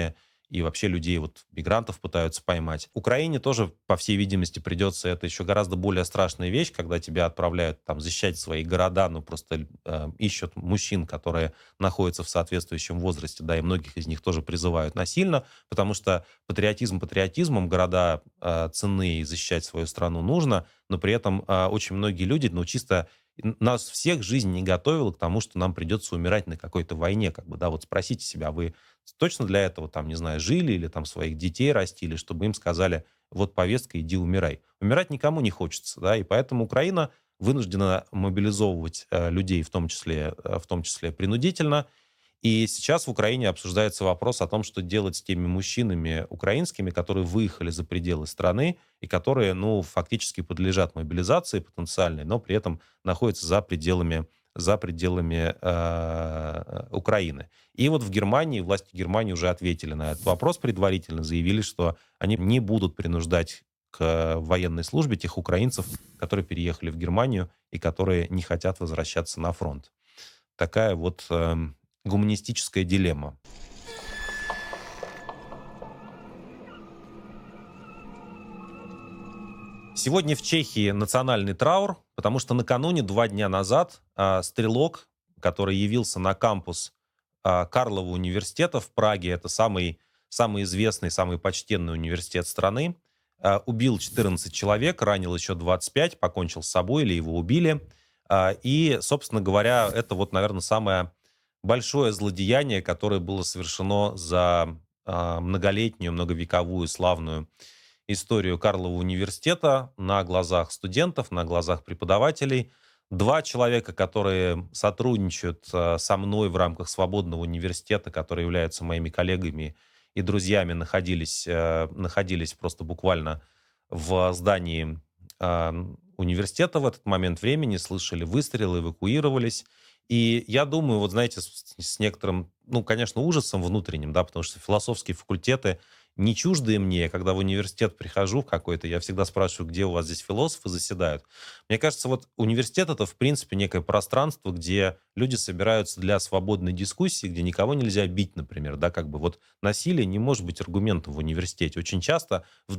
и вообще людей, вот мигрантов пытаются поймать. Украине тоже, по всей видимости, придется, это еще гораздо более страшная вещь, когда тебя отправляют там защищать свои города, ну просто ищут мужчин, которые находятся в соответствующем возрасте, да, и многих из них тоже призывают насильно, потому что патриотизм патриотизмом, города ценны и защищать свою страну нужно, но при этом очень многие люди, ну чисто нас всех жизнь не готовила к тому, что нам придется умирать на какой-то войне, как бы, да, вот спросите себя, вы точно для этого, там, не знаю, жили или там своих детей растили, чтобы им сказали, вот повестка, иди умирай. Умирать никому не хочется, да, и поэтому Украина вынуждена мобилизовывать людей, в том числе принудительно. И сейчас в Украине обсуждается вопрос о том, что делать с теми мужчинами украинскими, которые выехали за пределы страны и которые, ну, фактически подлежат мобилизации потенциальной, но при этом находятся за пределами Украины. И вот в Германии, власти Германии уже ответили на этот вопрос предварительно, заявили, что они не будут принуждать к военной службе тех украинцев, которые переехали в Германию и которые не хотят возвращаться на фронт. Такая вот гуманистическая дилемма. Сегодня в Чехии национальный траур, потому что накануне, 2 дня назад, стрелок, который явился на кампус Карлова университета в Праге, это самый известный, самый почтенный университет страны, убил 14 человек, ранил еще 25, покончил с собой или его убили. И, собственно говоря, это вот, наверное, самое большое злодеяние, которое было совершено за многолетнюю, многовековую, славную историю Карлова университета на глазах студентов, на глазах преподавателей. 2 человека, которые сотрудничают со мной в рамках свободного университета, которые являются моими коллегами и друзьями, находились просто буквально в здании университета в этот момент времени, слышали выстрелы, эвакуировались. И я думаю, вот знаете, с некоторым, ну, конечно, ужасом внутренним, да, потому что философские факультеты не чуждые мне. Когда в университет прихожу в какой-то, я всегда спрашиваю, где у вас здесь философы заседают. Мне кажется, вот университет — это, в принципе, некое пространство, где люди собираются для свободной дискуссии, где никого нельзя бить, например, да, как бы вот насилие не может быть аргументом в университете. Очень часто в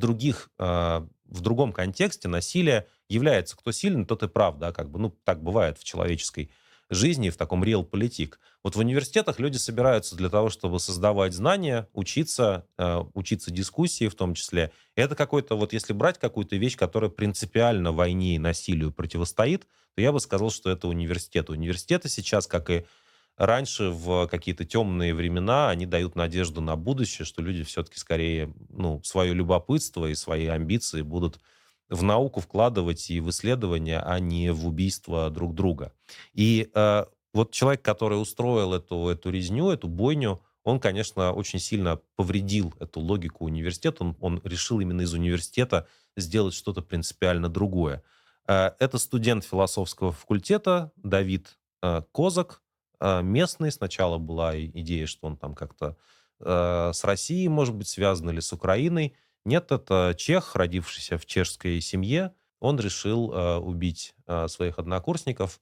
другом контексте насилие является, кто сильный, тот и прав, да, как бы, ну, так бывает в человеческой жизни, в таком реал-политик. Вот в университетах люди собираются для того, чтобы создавать знания, учиться дискуссии в том числе. И это какой-то, вот если брать какую-то вещь, которая принципиально войне и насилию противостоит, то я бы сказал, что это университет. Университеты сейчас, как и раньше, в какие-то темные времена, они дают надежду на будущее, что люди все-таки скорее, ну, свое любопытство и свои амбиции будут в науку вкладывать и в исследования, а не в убийство друг друга. И вот человек, который устроил эту резню, эту бойню, он, конечно, очень сильно повредил эту логику университета. Он решил именно из университета сделать что-то принципиально другое. Это студент философского факультета Давид Козак, местный. Сначала была идея, что он там как-то с Россией, может быть, связан или с Украиной. Нет, это чех, родившийся в чешской семье. Он решил убить своих однокурсников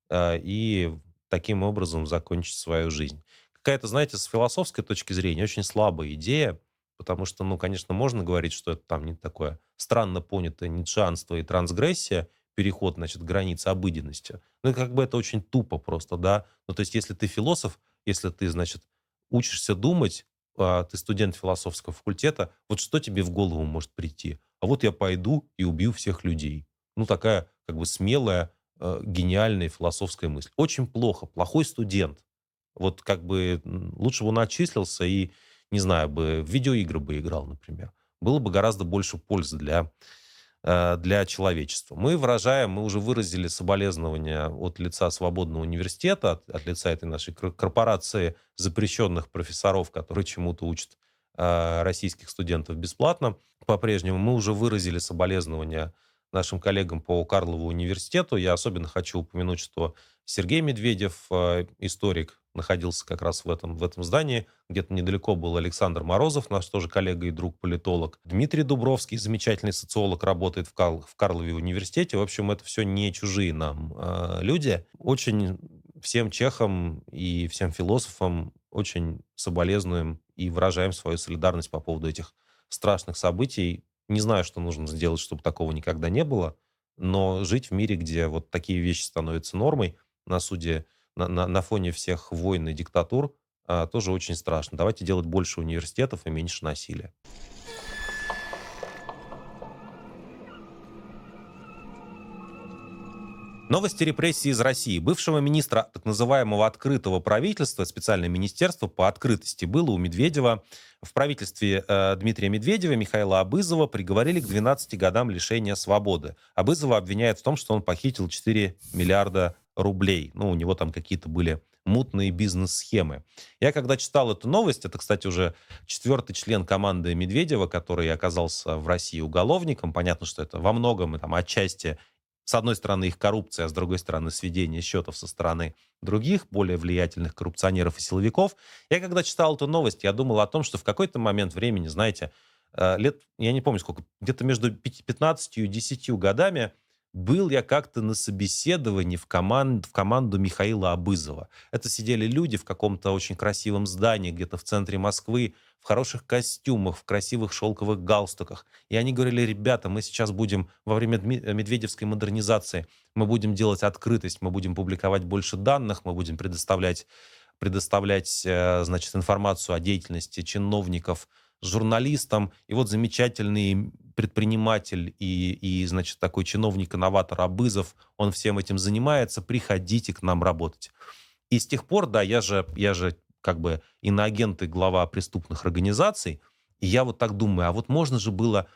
и таким образом закончить свою жизнь. Какая-то, знаете, с философской точки зрения очень слабая идея, потому что, ну, конечно, можно говорить, что это там не такое странно понятое ницшеанство и трансгрессия, переход, значит, границы обыденности. Ну, как бы это очень тупо просто, да. Ну, то есть, если ты философ, если ты, значит, учишься думать, ты студент философского факультета, вот что тебе в голову может прийти? А вот я пойду и убью всех людей. Ну, такая как бы смелая, гениальная философская мысль. Очень плохо, плохой студент. Вот как бы лучше бы он отчислился и, не знаю, бы в видеоигры бы играл, например. Было бы гораздо больше пользы для человечества. Мы уже выразили соболезнования от лица Свободного университета, от лица этой нашей корпорации запрещенных профессоров, которые чему-то учат российских студентов бесплатно. По-прежнему мы уже выразили соболезнования нашим коллегам по Карлову университету. Я особенно хочу упомянуть, что Сергей Медведев, историк, находился как раз в этом здании. Где-то недалеко был Александр Морозов, наш тоже коллега и друг-политолог. Дмитрий Дубровский, замечательный социолог, работает в Карлове университете. В общем, это все не чужие нам люди. Очень всем чехам и всем философам очень соболезнуем и выражаем свою солидарность по поводу этих страшных событий. Не знаю, что нужно сделать, чтобы такого никогда не было, но жить в мире, где вот такие вещи становятся нормой, на фоне всех войн и диктатур, тоже очень страшно. Давайте делать больше университетов и меньше насилия. Новости репрессий из России. Бывшего министра так называемого открытого правительства, специальное министерство по открытости было у Медведева. В правительстве Дмитрия Медведева Михаила Абызова приговорили к 12 годам лишения свободы. Абызова обвиняют в том, что он похитил 4 миллиарда рублей. Ну, у него там какие-то были мутные бизнес-схемы. Я когда читал эту новость, это, кстати, уже 4-й член команды Медведева, который оказался в России уголовником. Понятно, что это во многом и там отчасти с одной стороны их коррупция, а с другой стороны сведение счетов со стороны других, более влиятельных коррупционеров и силовиков. Я когда читал эту новость, я думал о том, что в какой-то момент времени, знаете, лет, я не помню сколько, где-то между 15 и 10 годами был я как-то на собеседовании в команду Михаила Абызова. Это сидели люди в каком-то очень красивом здании, где-то в центре Москвы, в хороших костюмах, в красивых шелковых галстуках. И они говорили: ребята, мы сейчас будем во время медведевской модернизации, мы будем делать открытость, мы будем публиковать больше данных, мы будем предоставлять значит, информацию о деятельности чиновников журналистам. И вот замечательный предприниматель значит, такой чиновник-инноватор Абызов, он всем этим занимается, приходите к нам работать. И с тех пор, да, я же как бы иноагент и глава преступных организаций, и я вот так думаю, а вот можно же было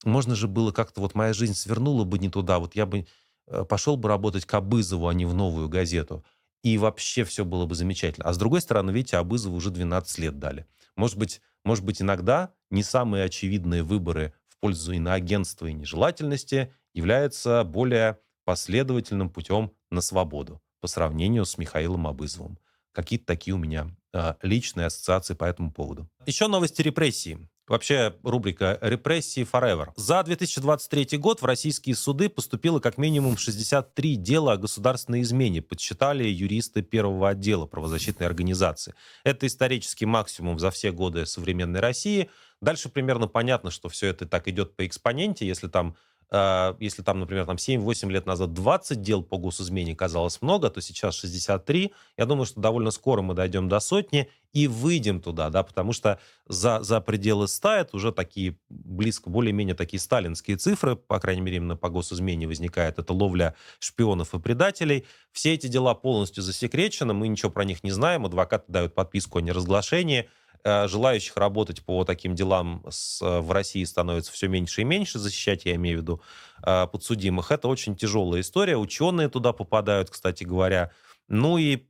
как-то, вот моя жизнь свернула бы не туда, вот я бы пошел бы работать к Абызову, а не в «Новую газету», и вообще все было бы замечательно. А с другой стороны, видите, Абызову уже 12 лет дали. Может быть, иногда не самые очевидные выборы в пользу иноагентства и нежелательности являются более последовательным путем на свободу по сравнению с Михаилом Абызовым. Какие-то такие у меня личные ассоциации по этому поводу. Еще новости репрессий. Вообще рубрика «Репрессии forever». За 2023 год в российские суды поступило как минимум 63 дела о государственной измене, подсчитали юристы первого отдела правозащитной организации. Это исторический максимум за все годы современной России. Дальше примерно понятно, что все это так идет по экспоненте. Если там, например, 7-8 лет назад 20 дел по госизмене казалось много, то сейчас 63. Я думаю, что довольно скоро мы дойдем до сотни и выйдем туда, да, потому что за пределы 100 это уже такие близко, более-менее такие сталинские цифры, по крайней мере, именно по госизмене возникает. Это ловля шпионов и предателей. Все эти дела полностью засекречены, мы ничего про них не знаем, адвокаты дают подписку о неразглашении. Желающих работать по таким делам в России становится все меньше и меньше, защищать, я имею в виду, подсудимых. Это очень тяжелая история. Ученые туда попадают, кстати говоря. Ну и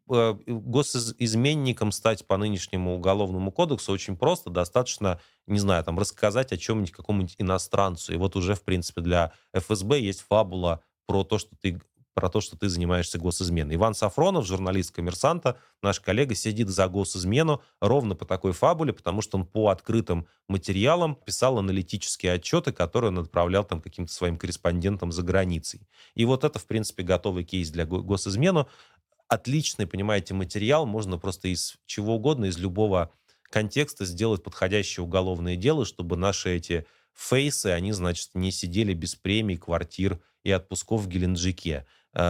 госизменником стать по нынешнему уголовному кодексу очень просто. Достаточно, не знаю, там рассказать о чем-нибудь какому-нибудь иностранцу. И вот уже, в принципе, для ФСБ есть фабула про то, что ты занимаешься госизменой. Иван Сафронов, журналист «Коммерсанта», наш коллега, сидит за госизмену ровно по такой фабуле, потому что он по открытым материалам писал аналитические отчеты, которые он отправлял там каким-то своим корреспондентам за границей. И вот это, в принципе, готовый кейс для госизмены. Отличный, понимаете, материал. Можно просто из чего угодно, из любого контекста сделать подходящее уголовное дело, чтобы наши эти фейсы, они, значит, не сидели без премий, квартир и отпусков в Геленджике.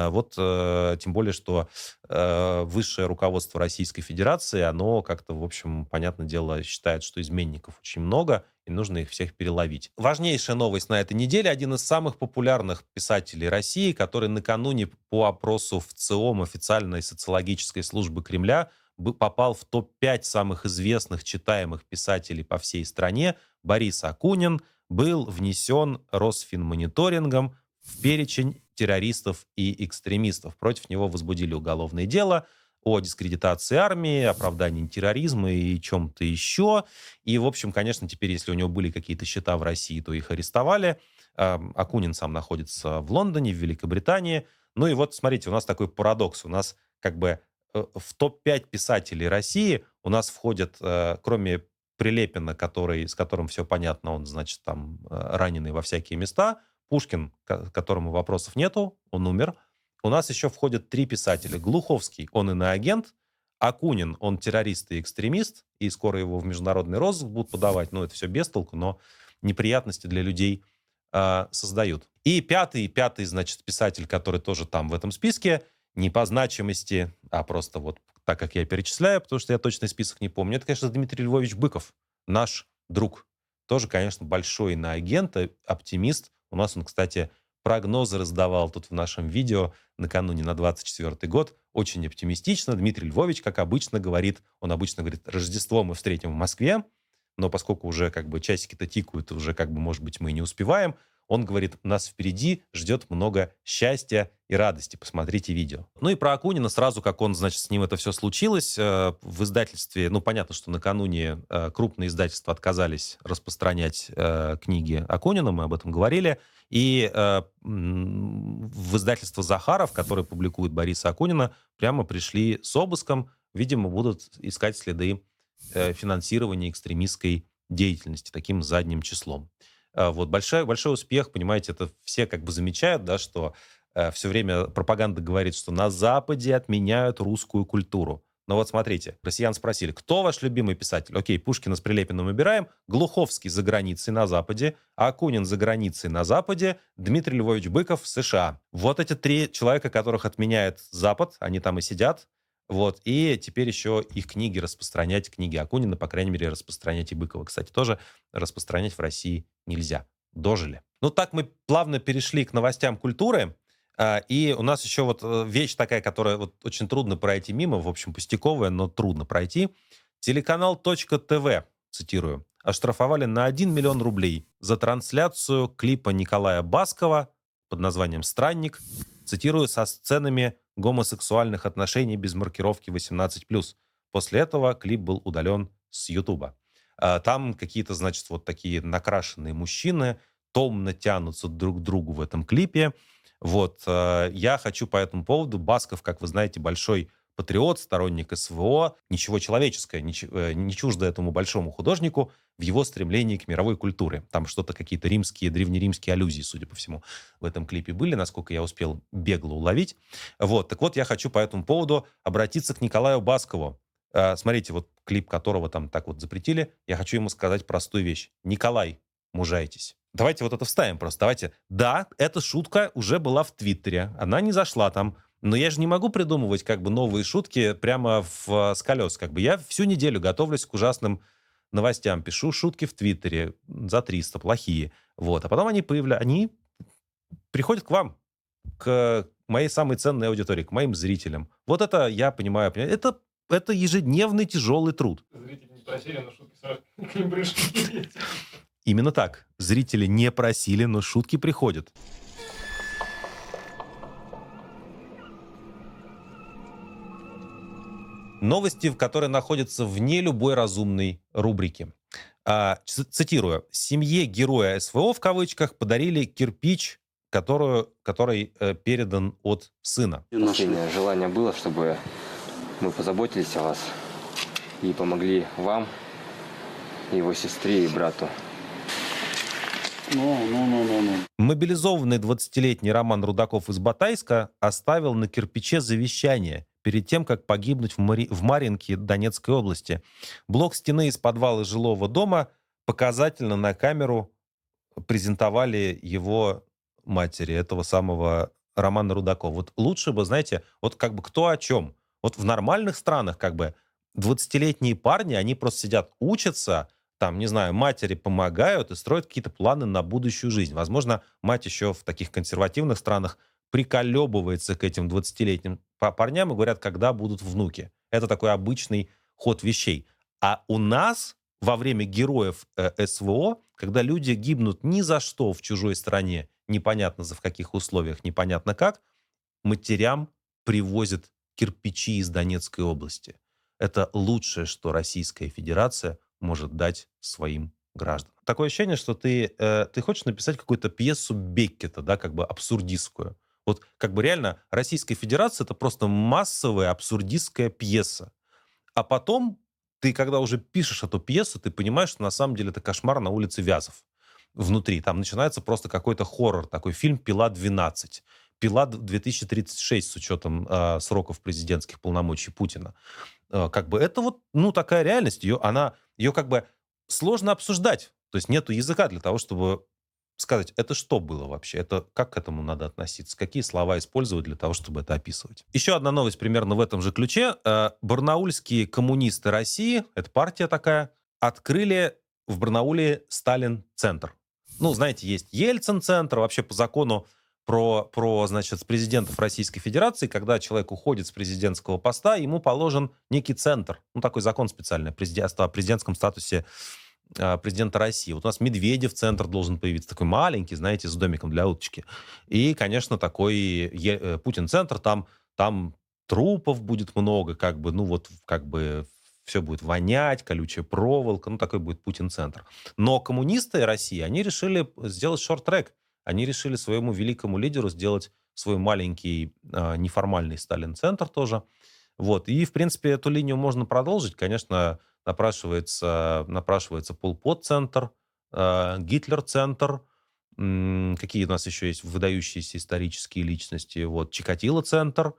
Тем более, что высшее руководство Российской Федерации, оно как-то, в общем, понятное дело, считает, что изменников очень много, и нужно их всех переловить. Важнейшая новость на этой неделе. Один из самых популярных писателей России, который накануне по опросу в ЦИОМ, официальной социологической службы Кремля, попал в топ-5 самых известных читаемых писателей по всей стране, Борис Акунин, был внесен Росфинмониторингом в перечень террористов и экстремистов. Против него возбудили уголовное дело о дискредитации армии, оправдании терроризма и чем-то еще. И, в общем, конечно, теперь, если у него были какие-то счета в России, то их арестовали. Акунин сам находится в Лондоне, в Великобритании. Ну и вот, смотрите, у нас такой парадокс. У нас как бы в топ-5 писателей России у нас входят, кроме Прилепина, с которым все понятно, он, значит, там раненый во всякие места, Пушкин, к которому вопросов нету, он умер. У нас еще входят 3 писателя. Глуховский, он иноагент, Акунин, он террорист и экстремист, и скоро его в международный розыск будут подавать. Ну, это все без толку, но неприятности для людей создают. И пятый, значит, писатель, который тоже там в этом списке, не по значимости, а просто вот так, как я перечисляю, потому что я точный список не помню, это, конечно, Дмитрий Львович Быков, наш друг. Тоже, конечно, большой иноагент, оптимист. У нас он, кстати, прогнозы раздавал тут в нашем видео накануне на 24 год. Очень оптимистично. Дмитрий Львович, как обычно, говорит, он обычно говорит, Рождество мы встретим в Москве, но поскольку уже как бы часики-то тикают, уже как бы, может быть, мы не успеваем, он говорит, нас впереди ждет много счастья и радости. Посмотрите видео. Ну и про Акунина сразу, как он, значит, с ним это все случилось. В издательстве, ну, понятно, что накануне крупные издательства отказались распространять книги Акунина, мы об этом говорили. И в издательство «Захаров», которое публикует Бориса Акунина, прямо пришли с обыском. Видимо, будут искать следы финансирования экстремистской деятельности таким задним числом. Вот большой успех, понимаете, это все как бы замечают, да, что все время пропаганда говорит, что на Западе отменяют русскую культуру. Но вот смотрите, россиян спросили, кто ваш любимый писатель? Окей, Пушкина с Прилепиным убираем, Глуховский за границей на Западе, Акунин за границей на Западе, Дмитрий Львович Быков в США. Вот эти три человека, которых отменяет Запад, они там и сидят. Вот, и теперь еще их книги распространять, книги Акунина, по крайней мере, распространять, и Быкова, кстати, тоже распространять в России нельзя. Дожили. Ну, так мы плавно перешли к новостям культуры. И у нас еще вот вещь такая, которая вот очень трудно пройти мимо, в общем, пустяковая, но трудно пройти. Телеканал .ТВ, цитирую, оштрафовали на 1 миллион рублей за трансляцию клипа Николая Баскова под названием «Странник», цитирую, со сценами гомосексуальных отношений без маркировки 18+. После этого клип был удален с Ютуба. Там какие-то, значит, вот такие накрашенные мужчины томно тянутся друг к другу в этом клипе. Вот. Я хочу по этому поводу... Басков, как вы знаете, большой патриот, сторонник СВО. Ничего человеческое, не чуждо этому большому художнику в его стремлении к мировой культуре. Там что-то, какие-то древнеримские аллюзии, судя по всему, в этом клипе были, насколько я успел бегло уловить. Вот. Так вот, я хочу по этому поводу обратиться к Николаю Баскову. Смотрите, вот клип которого там так вот запретили. Я хочу ему сказать простую вещь. Николай, мужайтесь. Давайте вот это вставим просто. Давайте. Да, эта шутка уже была в Твиттере. Она не зашла там. Но я же не могу придумывать как бы новые шутки прямо с колес. Как бы я всю неделю готовлюсь к ужасным новостям. Пишу шутки в Твиттере за 300, плохие. Вот. А потом они приходят к вам, к моей самой ценной аудитории, к моим зрителям. Вот это я понимаю. Это ежедневный тяжелый труд. Зрители не просили, но шутки сразу к ним пришли. Именно так. Зрители не просили, но шутки приходят. Новости, которые находятся вне любой разумной рубрики. Цитирую. «Семье героя СВО, в кавычках, подарили кирпич, который передан от сына». Последнее желание было, чтобы мы позаботились о вас и помогли вам, его сестре и брату. Мобилизованный 20-летний Роман Рудаков из Батайска оставил на кирпиче завещание перед тем, как погибнуть в Марьинке Донецкой области. Блок стены из подвала жилого дома показательно на камеру презентовали его матери, этого самого Романа Рудакова. Вот лучше бы, знаете, вот как бы кто о чем. Вот в нормальных странах как бы 20-летние парни, они просто сидят, учатся, там, не знаю, матери помогают и строят какие-то планы на будущую жизнь. Возможно, мать еще в таких консервативных странах приколебывается к этим 20-летним парням и говорят, когда будут внуки. Это такой обычный ход вещей. А у нас во время героев СВО, когда люди гибнут ни за что в чужой стране, непонятно за в каких условиях, непонятно как, матерям привозят кирпичи из Донецкой области. Это лучшее, что Российская Федерация может дать своим гражданам. Такое ощущение, что ты хочешь написать какую-то пьесу Беккета, да, как бы абсурдистскую. Вот как бы реально Российская Федерация — это просто массовая абсурдистская пьеса. А потом ты, когда уже пишешь эту пьесу, ты понимаешь, что на самом деле это кошмар на улице Вязов. Внутри. Там начинается просто какой-то хоррор. Такой фильм «Пила-12». «Пила-2036» с учетом сроков президентских полномочий Путина. Как бы это вот, ну, такая реальность. Ее как бы сложно обсуждать. То есть нету языка для того, чтобы сказать, это что было вообще? Это как к этому надо относиться? Какие слова использовать для того, чтобы это описывать? Еще одна новость примерно в этом же ключе. Барнаульские коммунисты России, это партия такая, открыли в Барнауле Сталин-центр. Ну, знаете, есть Ельцин-центр. Вообще по закону значит, с президентов Российской Федерации, когда человек уходит с президентского поста, ему положен некий центр. Ну, такой закон специальный о президентском статусе президента России. Вот у нас Медведев-центр должен появиться, такой маленький, знаете, с домиком для уточки. И, конечно, такой Путин-центр, там трупов будет много, как бы, ну вот, как бы все будет вонять, колючая проволока, ну такой будет Путин-центр. Но коммунисты России, они решили сделать шорт-трек. Они решили своему великому лидеру сделать свой маленький неформальный Сталин-центр тоже. Вот. И, в принципе, эту линию можно продолжить. Конечно, напрашивается Пол Пот-центр, Гитлер-центр. Какие у нас еще есть выдающиеся исторические личности? Вот, Чикатило-центр.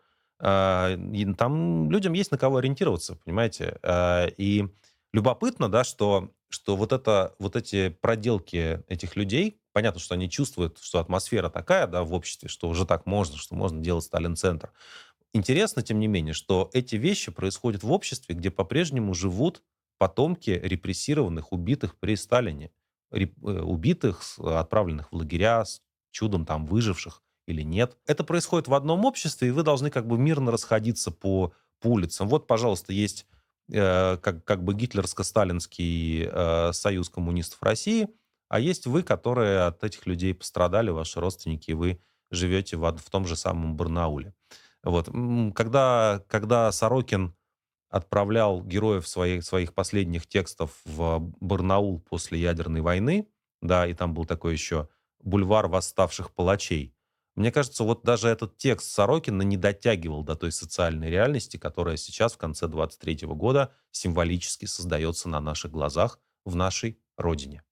И там людям есть на кого ориентироваться, понимаете? И любопытно, да, что вот эти проделки этих людей, понятно, что они чувствуют, что атмосфера такая, да, в обществе, что уже так можно, что можно делать Сталин-центр. Интересно, тем не менее, что эти вещи происходят в обществе, где по-прежнему живут потомки репрессированных, убитых при Сталине. Убитых, отправленных в лагеря, с чудом там выживших или нет. Это происходит в одном обществе, и вы должны как бы мирно расходиться по улицам. Вот, пожалуйста, есть как бы гитлеровско-сталинский союз коммунистов России, а есть вы, которые от этих людей пострадали, ваши родственники, и вы живете в том же самом Барнауле. Вот. Когда Сорокин отправлял героев своих последних текстов в Барнаул после ядерной войны, да, и там был такой еще бульвар восставших палачей. Мне кажется, вот даже этот текст Сорокина не дотягивал до той социальной реальности, которая сейчас, в конце 23 года, символически создается на наших глазах в нашей родине.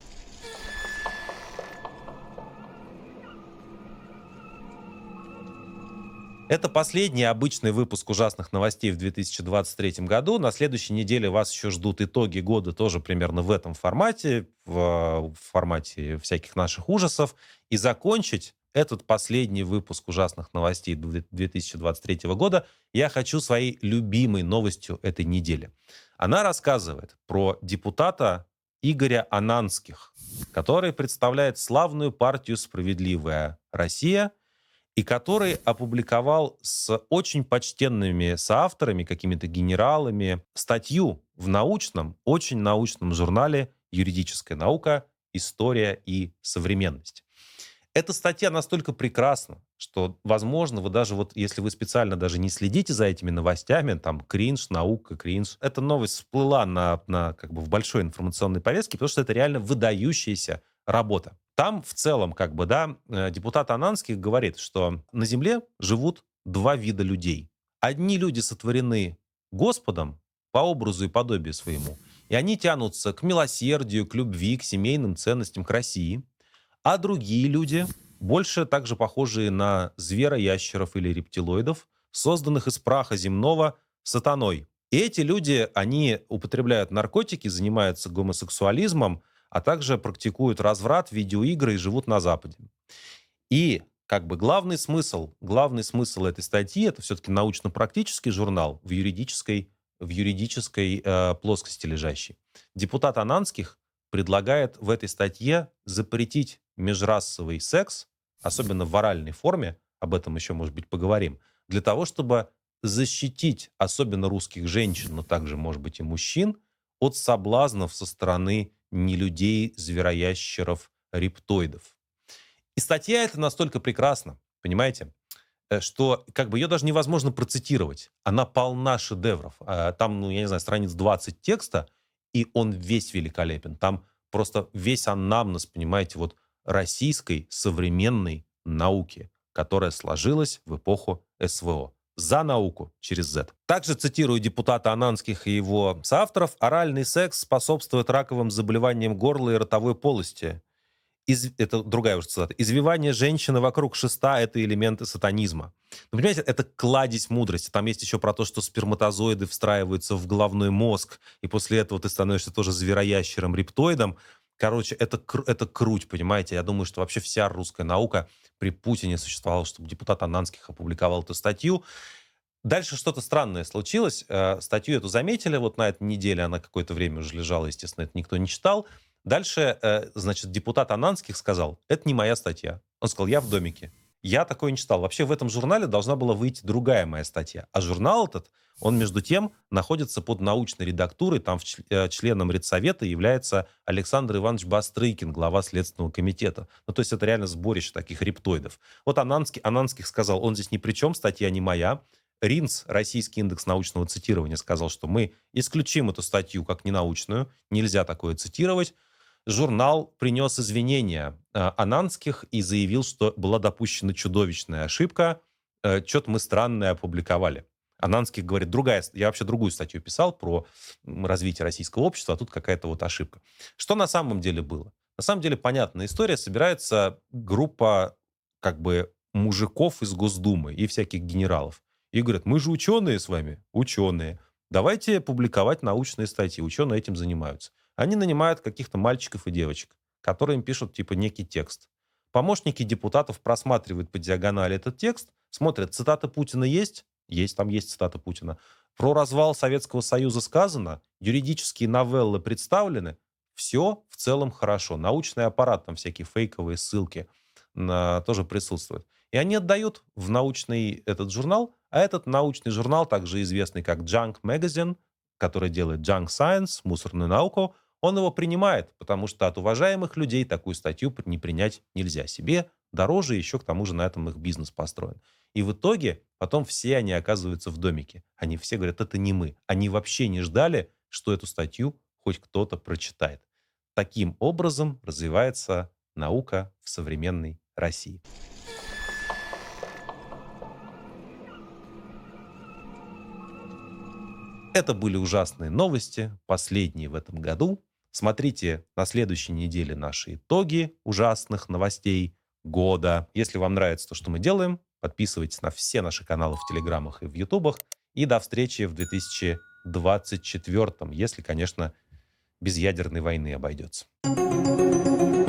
Это последний обычный выпуск ужасных новостей в 2023 году. На следующей неделе вас еще ждут итоги года тоже примерно в этом формате, в формате всяких наших ужасов. И закончить этот последний выпуск ужасных новостей 2023 года я хочу своей любимой новостью этой недели. Она рассказывает про депутата Игоря Ананских, который представляет славную партию «Справедливая Россия», и который опубликовал с очень почтенными соавторами, какими-то генералами, статью в очень научном журнале «Юридическая наука. История и современность». Эта статья настолько прекрасна, что, возможно, вы даже вот, если вы специально даже не следите за этими новостями, там, кринж, наука, кринж, эта новость всплыла как бы в большой информационной повестке, потому что это реально выдающаяся работа. Там в целом, как бы, да, депутат Ананских говорит, что на Земле живут два вида людей. Одни люди сотворены Господом по образу и подобию своему, и они тянутся к милосердию, к любви, к семейным ценностям, к России. А другие люди, больше также похожие на звероящеров или рептилоидов, созданных из праха земного сатаной. И эти люди, они употребляют наркотики, занимаются гомосексуализмом, а также практикуют разврат, видеоигры и живут на Западе. И как бы главный смысл этой статьи — это все-таки научно-практический журнал в юридической плоскости лежащий. Депутат Ананских предлагает в этой статье запретить межрасовый секс, особенно в оральной форме, об этом еще, может быть, поговорим, для того, чтобы защитить особенно русских женщин, но также, может быть, и мужчин, от соблазнов со стороны нелюдей, звероящеров, рептоидов. И статья эта настолько прекрасна, понимаете, что как бы ее даже невозможно процитировать. Она полна шедевров. Там, ну, я не знаю, страниц 20 текста, и он весь великолепен. Там просто весь анамнез, понимаете, вот российской современной науки, которая сложилась в эпоху СВО. За науку через Z. Также цитирую депутата Ананских и его соавторов: оральный секс способствует раковым заболеваниям горла и ротовой полости. Это другая уже цитата. «Извивание женщины вокруг шеста – это элементы сатанизма». Ну, понимаете, это кладезь мудрости. Там есть еще про то, что сперматозоиды встраиваются в головной мозг, и после этого ты становишься тоже звероящером, рептоидом. Короче, это круть, понимаете? Я думаю, что вообще вся русская наука при Путине существовала, чтобы депутат Ананских опубликовал эту статью. Дальше что-то странное случилось. Статью эту заметили, вот на этой неделе она какое-то время уже лежала, естественно, это никто не читал. Дальше, значит, депутат Ананских сказал, это не моя статья. Он сказал, я в домике. Я такое не читал. Вообще в этом журнале должна была выйти другая моя статья. А журнал этот, он между тем находится под научной редактурой. Там членом редсовета является Александр Иванович Бастрыкин, глава Следственного комитета. Ну, то есть это реально сборище таких рептоидов. Вот Ананских сказал, он здесь ни при чем, статья не моя. РИНС, Российский индекс научного цитирования, сказал, что мы исключим эту статью как ненаучную, нельзя такое цитировать. Журнал принес извинения Ананских и заявил, что была допущена чудовищная ошибка, что-то мы странное опубликовали. Ананских говорит, я вообще другую статью писал про развитие российского общества, а тут какая-то вот ошибка. Что на самом деле было? На самом деле понятная история, собирается группа как бы мужиков из Госдумы и всяких генералов. И говорят, мы же ученые с вами, ученые. Давайте публиковать научные статьи. Ученые этим занимаются. Они нанимают каких-то мальчиков и девочек, которые им пишут типа некий текст. Помощники депутатов просматривают по диагонали этот текст, смотрят, цитата Путина есть? Есть, там есть цитата Путина. Про развал Советского Союза сказано, юридические новеллы представлены. Все в целом хорошо. Научный аппарат, там всякие фейковые ссылки тоже присутствуют. И они отдают в научный этот журнал, а этот научный журнал, также известный как Junk Magazine, который делает Junk Science, мусорную науку, он его принимает, потому что от уважаемых людей такую статью не принять нельзя. Себе дороже, еще к тому же на этом их бизнес построен. И в итоге потом все они оказываются в домике. Они все говорят, это не мы. Они вообще не ждали, что эту статью хоть кто-то прочитает. Таким образом развивается наука в современной России. Это были ужасные новости, последние в этом году. Смотрите на следующей неделе наши итоги ужасных новостей года. Если вам нравится то, что мы делаем, подписывайтесь на все наши каналы в Телеграмах и в Ютубах. И до встречи в 2024, если, конечно, без ядерной войны обойдется.